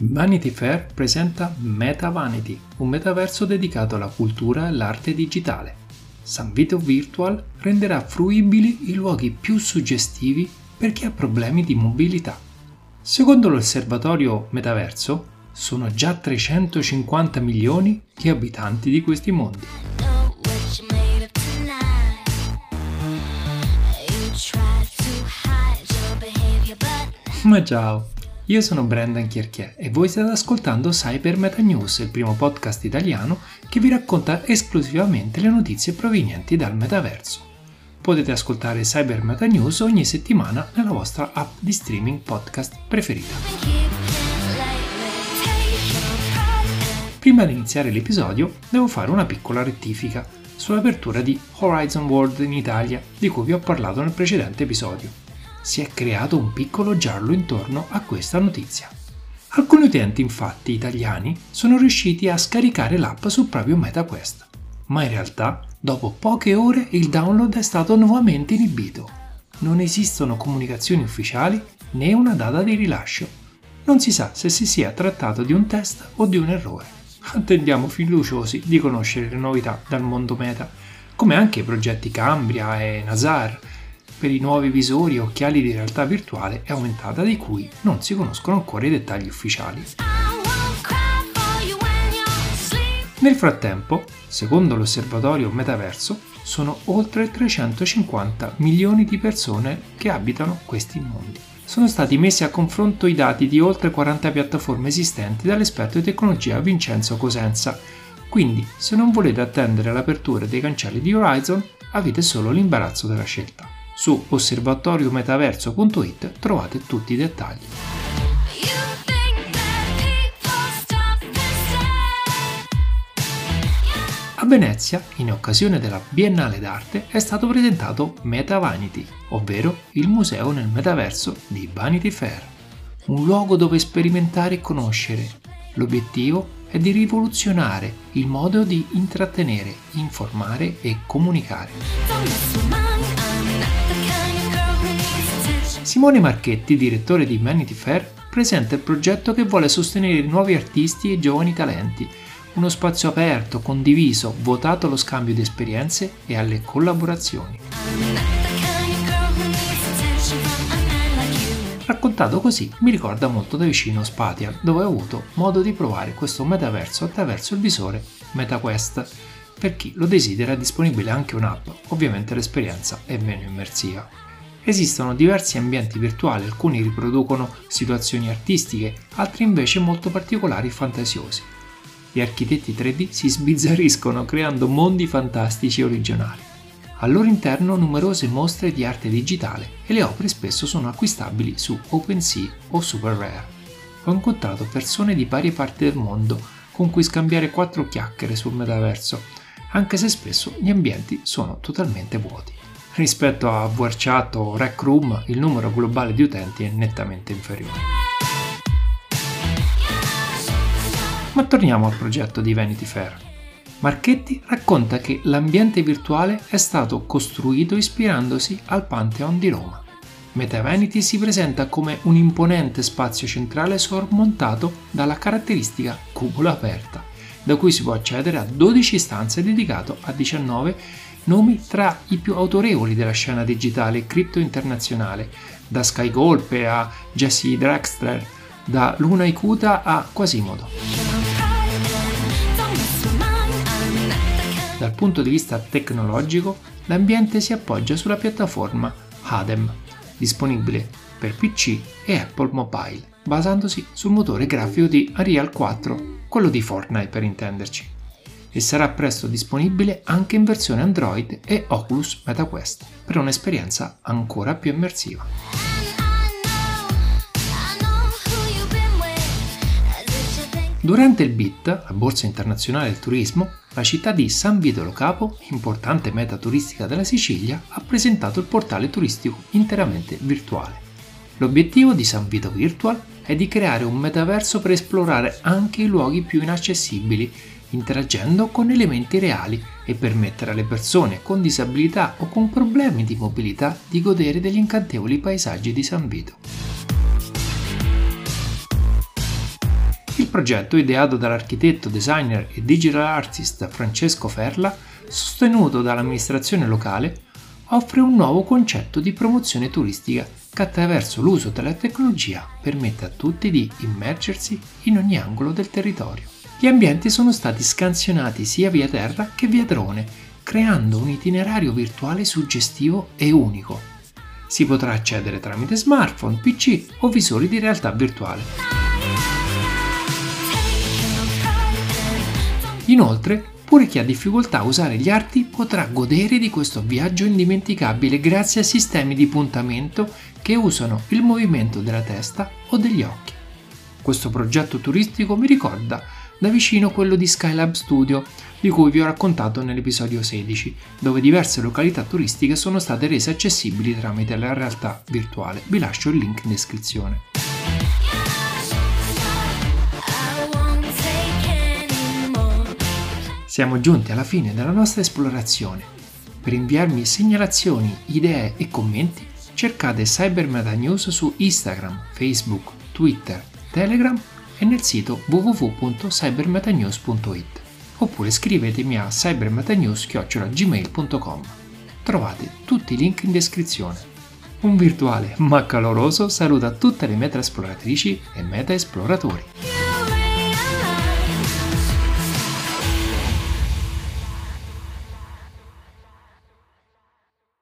Vanity Fair presenta Meta Vanity, un metaverso dedicato alla cultura e all'arte digitale. San Vito Virtual renderà fruibili i luoghi più suggestivi per chi ha problemi di mobilità. Secondo l'osservatorio Metaverso, sono già 350 milioni gli abitanti di questi mondi. Ma ciao! Io sono Brendan Chierchier e voi state ascoltando Cyber Meta News, il primo podcast italiano che vi racconta esclusivamente le notizie provenienti dal metaverso. Potete ascoltare Cyber Meta News ogni settimana nella vostra app di streaming podcast preferita. Prima di iniziare l'episodio devo fare una piccola rettifica sull'apertura di Horizon World in Italia, di cui vi ho parlato nel precedente episodio. Si è creato un piccolo giallo intorno a questa notizia. Alcuni utenti, infatti, italiani, sono riusciti a scaricare l'app sul proprio MetaQuest, ma in realtà, dopo poche ore, il download è stato nuovamente inibito. Non esistono comunicazioni ufficiali né una data di rilascio. Non si sa se si sia trattato di un test o di un errore. Attendiamo fiduciosi di conoscere le novità dal mondo meta, come anche i progetti Cambria e Nazar. Per i nuovi visori e occhiali di realtà virtuale è aumentata, di cui non si conoscono ancora i dettagli ufficiali. Nel frattempo, secondo l'osservatorio Metaverso, sono oltre 350 milioni di persone che abitano questi mondi. Sono stati messi a confronto i dati di oltre 40 piattaforme esistenti dall'esperto di tecnologia Vincenzo Cosenza, quindi se non volete attendere l'apertura dei cancelli di Horizon, avete solo l'imbarazzo della scelta. Su osservatoriometaverso.it trovate tutti i dettagli. A Venezia, in occasione della Biennale d'Arte, è stato presentato Meta Vanity, ovvero il museo nel metaverso di Vanity Fair, un luogo dove sperimentare e conoscere. L'obiettivo è di rivoluzionare il modo di intrattenere, informare e comunicare. Simone Marchetti, direttore di Vanity Fair, presenta il progetto che vuole sostenere nuovi artisti e giovani talenti, uno spazio aperto, condiviso, votato allo scambio di esperienze e alle collaborazioni. Raccontato così mi ricorda molto da vicino Spatial, dove ho avuto modo di provare questo metaverso attraverso il visore MetaQuest. Per chi lo desidera è disponibile anche un'app, ovviamente l'esperienza è meno immersiva. Esistono diversi ambienti virtuali, alcuni riproducono situazioni artistiche, altri invece molto particolari e fantasiosi. Gli architetti 3D si sbizzarriscono creando mondi fantastici e originali. Al loro interno numerose mostre di arte digitale e le opere spesso sono acquistabili su OpenSea o SuperRare. Ho incontrato persone di varie parti del mondo con cui scambiare 4 chiacchiere sul metaverso, anche se spesso gli ambienti sono totalmente vuoti. Rispetto a VRChat o Rec Room, il numero globale di utenti è nettamente inferiore. Ma torniamo al progetto di Vanity Fair. Marchetti racconta che l'ambiente virtuale è stato costruito ispirandosi al Pantheon di Roma. Meta Vanity si presenta come un imponente spazio centrale sormontato dalla caratteristica cupola aperta, da cui si può accedere a 12 stanze dedicate a 19 nomi tra i più autorevoli della scena digitale cripto internazionale, da Skygolpe a Jesse Drexler, da Luna Ikuta a Quasimodo. Dal punto di vista tecnologico, l'ambiente si appoggia sulla piattaforma Hadem, disponibile per PC e Apple Mobile, basandosi sul motore grafico di Unreal 4, quello di Fortnite per intenderci, e sarà presto disponibile anche in versione Android e Oculus MetaQuest per un'esperienza ancora più immersiva. Durante il BIT, la Borsa Internazionale del Turismo, la città di San Vito Lo Capo, importante meta turistica della Sicilia, ha presentato il portale turistico interamente virtuale. L'obiettivo di San Vito Virtual è di creare un metaverso per esplorare anche i luoghi più inaccessibili, interagendo con elementi reali e permettere alle persone con disabilità o con problemi di mobilità di godere degli incantevoli paesaggi di San Vito. progetto, ideato dall'architetto, designer e digital artist Francesco Ferla, sostenuto dall'amministrazione locale, offre un nuovo concetto di promozione turistica che attraverso l'uso della tecnologia permette a tutti di immergersi in ogni angolo del territorio. Gli ambienti sono stati scansionati sia via terra che via drone, creando un itinerario virtuale suggestivo e unico. Si potrà accedere tramite smartphone, PC o visori di realtà virtuale. Inoltre, pure chi ha difficoltà a usare gli arti potrà godere di questo viaggio indimenticabile grazie a sistemi di puntamento che usano il movimento della testa o degli occhi. Questo progetto turistico mi ricorda da vicino quello di Skylab Studio, di cui vi ho raccontato nell'episodio 16, dove diverse località turistiche sono state rese accessibili tramite la realtà virtuale. Vi lascio il link in descrizione. Siamo giunti alla fine della nostra esplorazione. Per inviarmi segnalazioni, idee e commenti, cercate Cybermeta News su Instagram, Facebook, Twitter, Telegram e nel sito www.cybermetanews.it, oppure scrivetemi a cybermetanews@gmail.com. Trovate tutti i link in descrizione. Un virtuale ma caloroso saluto a tutte le meta esploratrici e meta esploratori.